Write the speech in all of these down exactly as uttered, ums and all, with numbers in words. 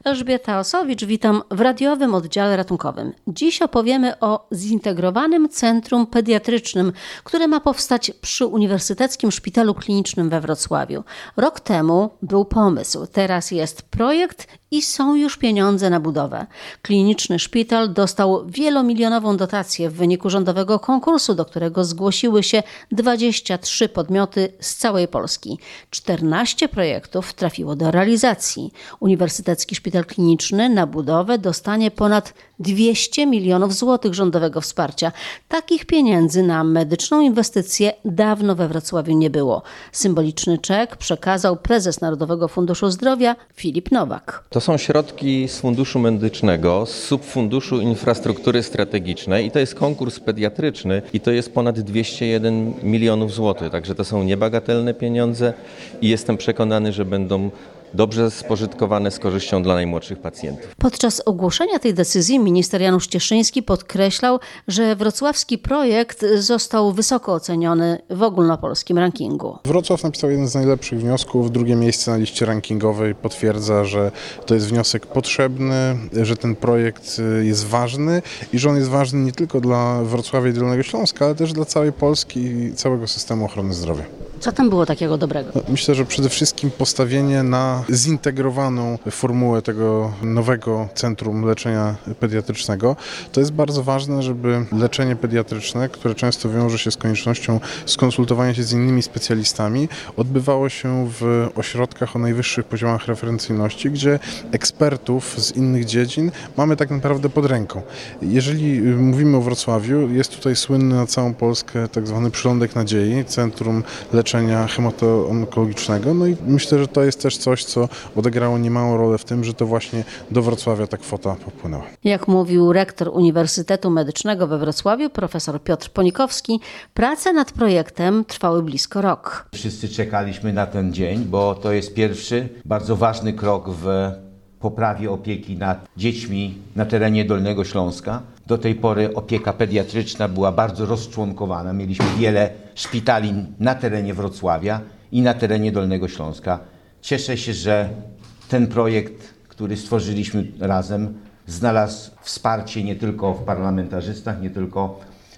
Elżbieta Osowicz, witam w radiowym oddziale ratunkowym. Dziś opowiemy o zintegrowanym centrum pediatrycznym, które ma powstać przy Uniwersyteckim Szpitalu Klinicznym we Wrocławiu. Rok temu był pomysł, teraz jest projekt i są już pieniądze na budowę. Kliniczny szpital dostał wielomilionową dotację w wyniku rządowego konkursu, do którego zgłosiły się dwadzieścia trzy podmioty z całej Polski. czternaście projektów trafiło do realizacji. Uniwersytecki Szpital Kliniczny na budowę dostanie ponad dwieście milionów złotych rządowego wsparcia. Takich pieniędzy na medyczną inwestycję dawno we Wrocławiu nie było. Symboliczny czek przekazał prezes Narodowego Funduszu Zdrowia Filip Nowak. To są środki z Funduszu Medycznego, z subfunduszu infrastruktury strategicznej i to jest konkurs pediatryczny i to jest ponad dwieście jeden milionów złotych. Także to są niebagatelne pieniądze i jestem przekonany, że będą dobrze spożytkowane z korzyścią dla najmłodszych pacjentów. Podczas ogłoszenia tej decyzji minister Janusz Cieszyński podkreślał, że wrocławski projekt został wysoko oceniony w ogólnopolskim rankingu. Wrocław napisał jeden z najlepszych wniosków, drugie miejsce na liście rankingowej potwierdza, że to jest wniosek potrzebny, że ten projekt jest ważny i że on jest ważny nie tylko dla Wrocławia i Dolnego Śląska, ale też dla całej Polski i całego systemu ochrony zdrowia. Co tam było takiego dobrego? Myślę, że przede wszystkim postawienie na zintegrowaną formułę tego nowego Centrum Leczenia Pediatrycznego. To jest bardzo ważne, żeby leczenie pediatryczne, które często wiąże się z koniecznością skonsultowania się z innymi specjalistami, odbywało się w ośrodkach o najwyższych poziomach referencyjności, gdzie ekspertów z innych dziedzin mamy tak naprawdę pod ręką. Jeżeli mówimy o Wrocławiu, jest tutaj słynny na całą Polskę tak zwany Przylądek Nadziei, Centrum Leczenia Hemato-Onkologicznego. No i myślę, że to jest też coś, co odegrało niemałą rolę w tym, że to właśnie do Wrocławia ta kwota popłynęła. Jak mówił rektor Uniwersytetu Medycznego we Wrocławiu, profesor Piotr Ponikowski, prace nad projektem trwały blisko rok. Wszyscy czekaliśmy na ten dzień, bo to jest pierwszy bardzo ważny krok w poprawie opieki nad dziećmi na terenie Dolnego Śląska. Do tej pory opieka pediatryczna była bardzo rozczłonkowana. Mieliśmy wiele szpitali na terenie Wrocławia i na terenie Dolnego Śląska. Cieszę się, że ten projekt, który stworzyliśmy razem, znalazł wsparcie nie tylko w parlamentarzystach, nie tylko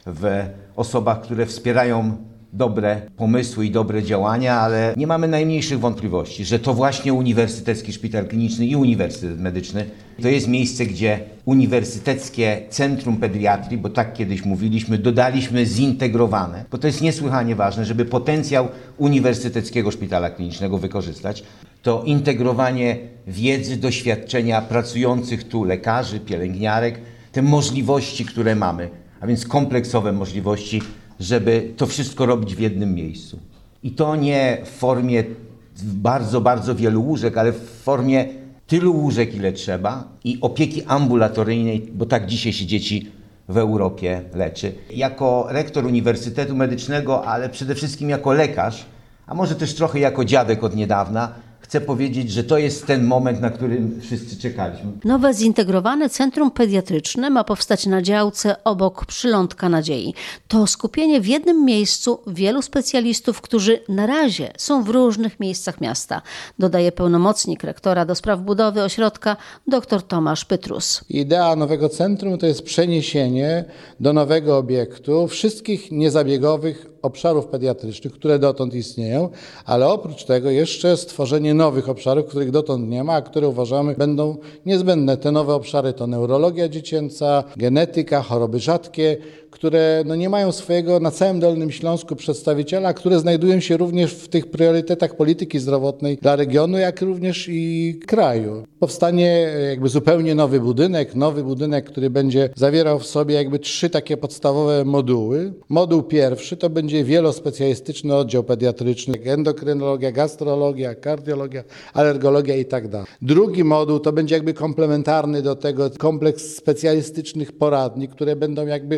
w osobach, które wspierają dobre pomysły i dobre działania, ale nie mamy najmniejszych wątpliwości, że to właśnie Uniwersytecki Szpital Kliniczny i Uniwersytet Medyczny to jest miejsce, gdzie Uniwersyteckie Centrum Pediatrii, bo tak kiedyś mówiliśmy, dodaliśmy zintegrowane, bo to jest niesłychanie ważne, żeby potencjał Uniwersyteckiego Szpitala Klinicznego wykorzystać. To integrowanie wiedzy, doświadczenia pracujących tu lekarzy, pielęgniarek, te możliwości, które mamy, a więc kompleksowe możliwości, żeby to wszystko robić w jednym miejscu. I to nie w formie bardzo, bardzo wielu łóżek, ale w formie tylu łóżek, ile trzeba i opieki ambulatoryjnej, bo tak dzisiaj się dzieci w Europie leczy. Jako rektor Uniwersytetu Medycznego, ale przede wszystkim jako lekarz, a może też trochę jako dziadek od niedawna, chcę powiedzieć, że to jest ten moment, na którym wszyscy czekaliśmy. Nowe zintegrowane centrum pediatryczne ma powstać na działce obok Przylądka Nadziei. To skupienie w jednym miejscu wielu specjalistów, którzy na razie są w różnych miejscach miasta, dodaje pełnomocnik rektora do spraw budowy ośrodka dr Tomasz Pytrus. Idea nowego centrum to jest przeniesienie do nowego obiektu wszystkich niezabiegowych obszarów pediatrycznych, które dotąd istnieją, ale oprócz tego jeszcze stworzenie nowych obszarów, których dotąd nie ma, a które uważamy będą niezbędne. Te nowe obszary to neurologia dziecięca, genetyka, choroby rzadkie, które no nie mają swojego na całym Dolnym Śląsku przedstawiciela, które znajdują się również w tych priorytetach polityki zdrowotnej dla regionu, jak również i kraju. Powstanie jakby zupełnie nowy budynek, nowy budynek, który będzie zawierał w sobie jakby trzy takie podstawowe moduły. Moduł pierwszy to będzie wielospecjalistyczny oddział pediatryczny, endokrynologia, gastrologia, kardiologia, alergologia i tak dalej. Drugi moduł to będzie jakby komplementarny do tego kompleks specjalistycznych poradni, które będą jakby w tym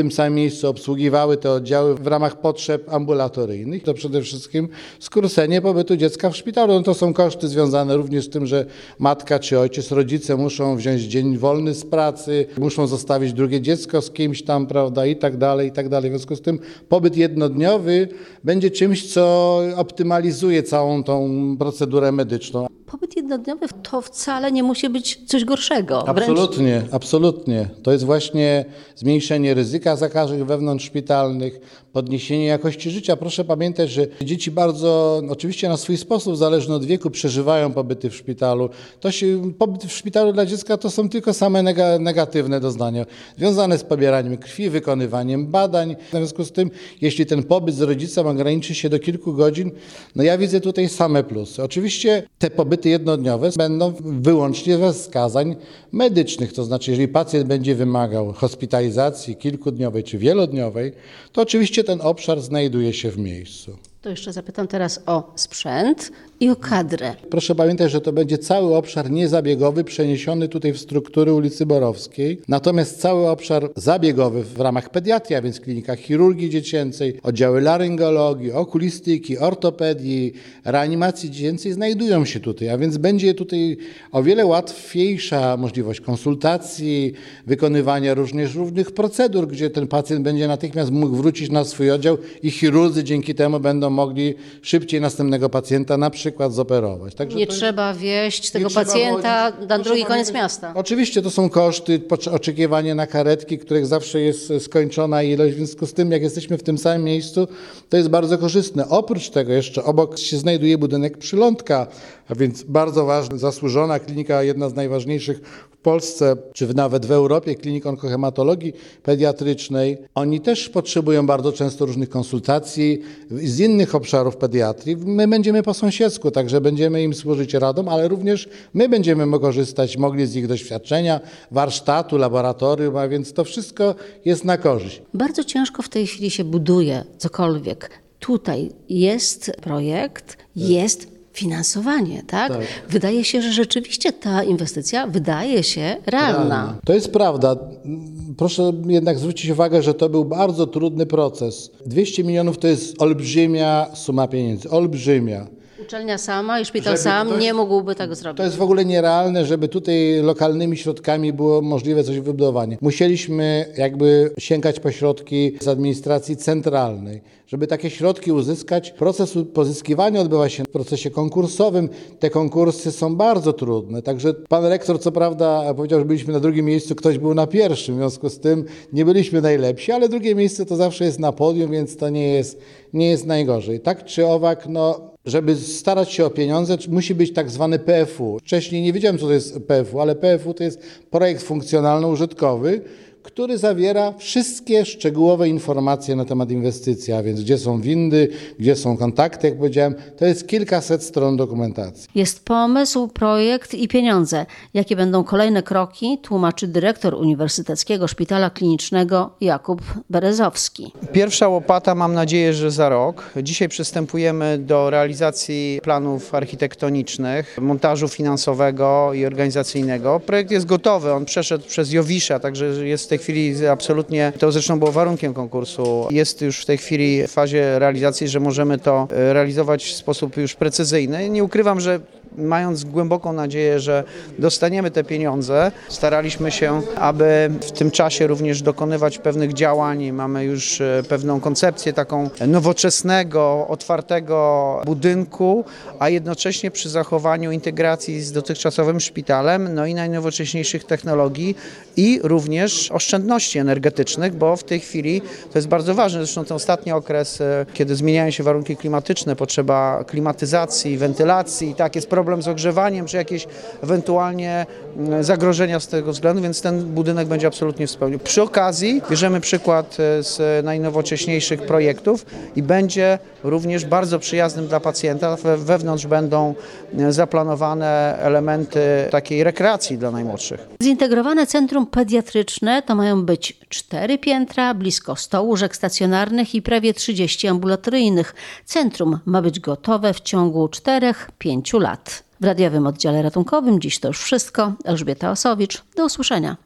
tym samym miejscu obsługiwały te oddziały w ramach potrzeb ambulatoryjnych. To przede wszystkim skrócenie pobytu dziecka w szpitalu. No to są koszty związane również z tym, że matka czy ojciec, rodzice muszą wziąć dzień wolny z pracy, muszą zostawić drugie dziecko z kimś tam, prawda, i tak dalej, i tak dalej. W związku z tym pobyt jednodniowy będzie czymś, co optymalizuje całą tą procedurę medyczną. Pobyt jednodniowy to wcale nie musi być coś gorszego. Absolutnie, wręcz... absolutnie. To jest właśnie zmniejszenie ryzyka zakażeń wewnątrzszpitalnych, podniesienie jakości życia. Proszę pamiętać, że dzieci bardzo, oczywiście na swój sposób, zależnie od wieku, przeżywają pobyty w szpitalu. To się, pobyty w szpitalu dla dziecka to są tylko same nega, negatywne doznania, związane z pobieraniem krwi, wykonywaniem badań. W związku z tym, jeśli ten pobyt z rodzicem ograniczy się do kilku godzin, no ja widzę tutaj same plusy. Oczywiście te pobyty jednodniowe będą wyłącznie ze wskazań medycznych, to znaczy jeżeli pacjent będzie wymagał hospitalizacji kilkudniowej czy wielodniowej, to oczywiście ten obszar znajduje się w miejscu. To jeszcze zapytam teraz o sprzęt i o kadrę. Proszę pamiętać, że to będzie cały obszar niezabiegowy przeniesiony tutaj w struktury ulicy Borowskiej. Natomiast cały obszar zabiegowy w ramach pediatrii, a więc klinika chirurgii dziecięcej, oddziały laryngologii, okulistyki, ortopedii, reanimacji dziecięcej znajdują się tutaj, a więc będzie tutaj o wiele łatwiejsza możliwość konsultacji, wykonywania również różnych procedur, gdzie ten pacjent będzie natychmiast mógł wrócić na swój oddział i chirurdzy dzięki temu będą mogli szybciej następnego pacjenta na przykład zoperować. Także nie trzeba jest... wieść tego pacjenta na drugi koniec miasta. Oczywiście to są koszty, oczekiwanie na karetki, których zawsze jest skończona ilość, w związku z tym jak jesteśmy w tym samym miejscu, to jest bardzo korzystne. Oprócz tego jeszcze obok się znajduje budynek Przylądka, a więc bardzo ważna, zasłużona klinika, jedna z najważniejszych w Polsce, czy nawet w Europie, klinik onkohematologii pediatrycznej. Oni też potrzebują bardzo często różnych konsultacji z innych obszarów pediatrii. My będziemy po sąsiedzku, także będziemy im służyć radą, ale również my będziemy korzystać, mogli z ich doświadczenia, warsztatu, laboratorium, a więc to wszystko jest na korzyść. Bardzo ciężko w tej chwili się buduje cokolwiek. Tutaj jest projekt, jest finansowanie, tak? tak? Wydaje się, że rzeczywiście ta inwestycja wydaje się realna. realna. To jest prawda. Proszę jednak zwrócić uwagę, że to był bardzo trudny proces. dwieście milionów to jest olbrzymia suma pieniędzy, olbrzymia. Uczelnia sama i szpital sam jest, nie mógłby tego zrobić. To jest w ogóle nierealne, żeby tutaj lokalnymi środkami było możliwe coś wybudowanie. Musieliśmy jakby sięgać po środki z administracji centralnej. Żeby takie środki uzyskać, proces pozyskiwania odbywa się w procesie konkursowym. Te konkursy są bardzo trudne. Także pan rektor co prawda powiedział, że byliśmy na drugim miejscu, ktoś był na pierwszym. W związku z tym nie byliśmy najlepsi, ale drugie miejsce to zawsze jest na podium, więc to nie jest, nie jest najgorzej. Tak czy owak, no... Żeby starać się o pieniądze, musi być tak zwany P F U. Wcześniej nie wiedziałem, co to jest P F U, ale P F U to jest projekt funkcjonalno-użytkowy, który zawiera wszystkie szczegółowe informacje na temat inwestycji, a więc gdzie są windy, gdzie są kontakty, jak powiedziałem. To jest kilkaset stron dokumentacji. Jest pomysł, projekt i pieniądze. Jakie będą kolejne kroki, tłumaczy dyrektor Uniwersyteckiego Szpitala Klinicznego Jakub Berezowski. Pierwsza łopata, mam nadzieję, że za rok. Dzisiaj przystępujemy do realizacji planów architektonicznych, montażu finansowego i organizacyjnego. Projekt jest gotowy, on przeszedł przez Jowisza, także jest w tej chwili absolutnie, to zresztą było warunkiem konkursu, jest już w tej chwili w fazie realizacji, że możemy to realizować w sposób już precyzyjny. Nie ukrywam, że mając głęboką nadzieję, że dostaniemy te pieniądze, staraliśmy się, aby w tym czasie również dokonywać pewnych działań. Mamy już pewną koncepcję taką nowoczesnego, otwartego budynku, a jednocześnie przy zachowaniu integracji z dotychczasowym szpitalem, no i najnowocześniejszych technologii i również oszczędności energetycznych, bo w tej chwili to jest bardzo ważne. Zresztą ten ostatni okres, kiedy zmieniają się warunki klimatyczne, potrzeba klimatyzacji, wentylacji, tak, jest problem z ogrzewaniem, czy jakieś ewentualnie zagrożenia z tego względu, więc ten budynek będzie absolutnie w spełni. Przy okazji bierzemy przykład z najnowocześniejszych projektów i będzie również bardzo przyjaznym dla pacjenta. Wewnątrz będą zaplanowane elementy takiej rekreacji dla najmłodszych. Zintegrowane centrum pediatryczne to mają być cztery piętra, blisko sto łóżek stacjonarnych i prawie trzydzieści ambulatoryjnych. Centrum ma być gotowe w ciągu czterech pięciu lat. W radiowym oddziale ratunkowym dziś to już wszystko. Elżbieta Osowicz. Do usłyszenia.